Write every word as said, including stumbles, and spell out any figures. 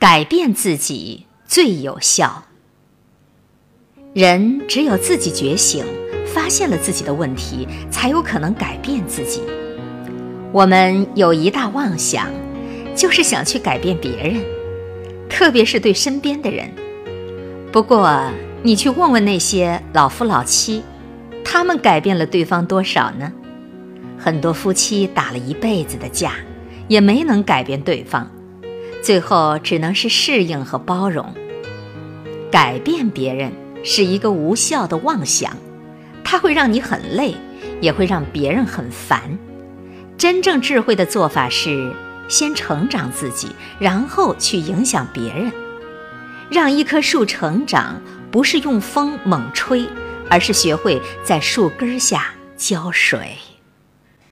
改变自己最有效。人只有自己觉醒，发现了自己的问题，才有可能改变自己。我们有一大妄想，就是想去改变别人，特别是对身边的人。不过，你去问问那些老夫老妻，他们改变了对方多少呢？很多夫妻打了一辈子的架，也没能改变对方，最后只能是适应和包容。改变别人是一个无效的妄想，它会让你很累，也会让别人很烦。真正智慧的做法是先成长自己，然后去影响别人。让一棵树成长，不是用风猛吹，而是学会在树根下浇水。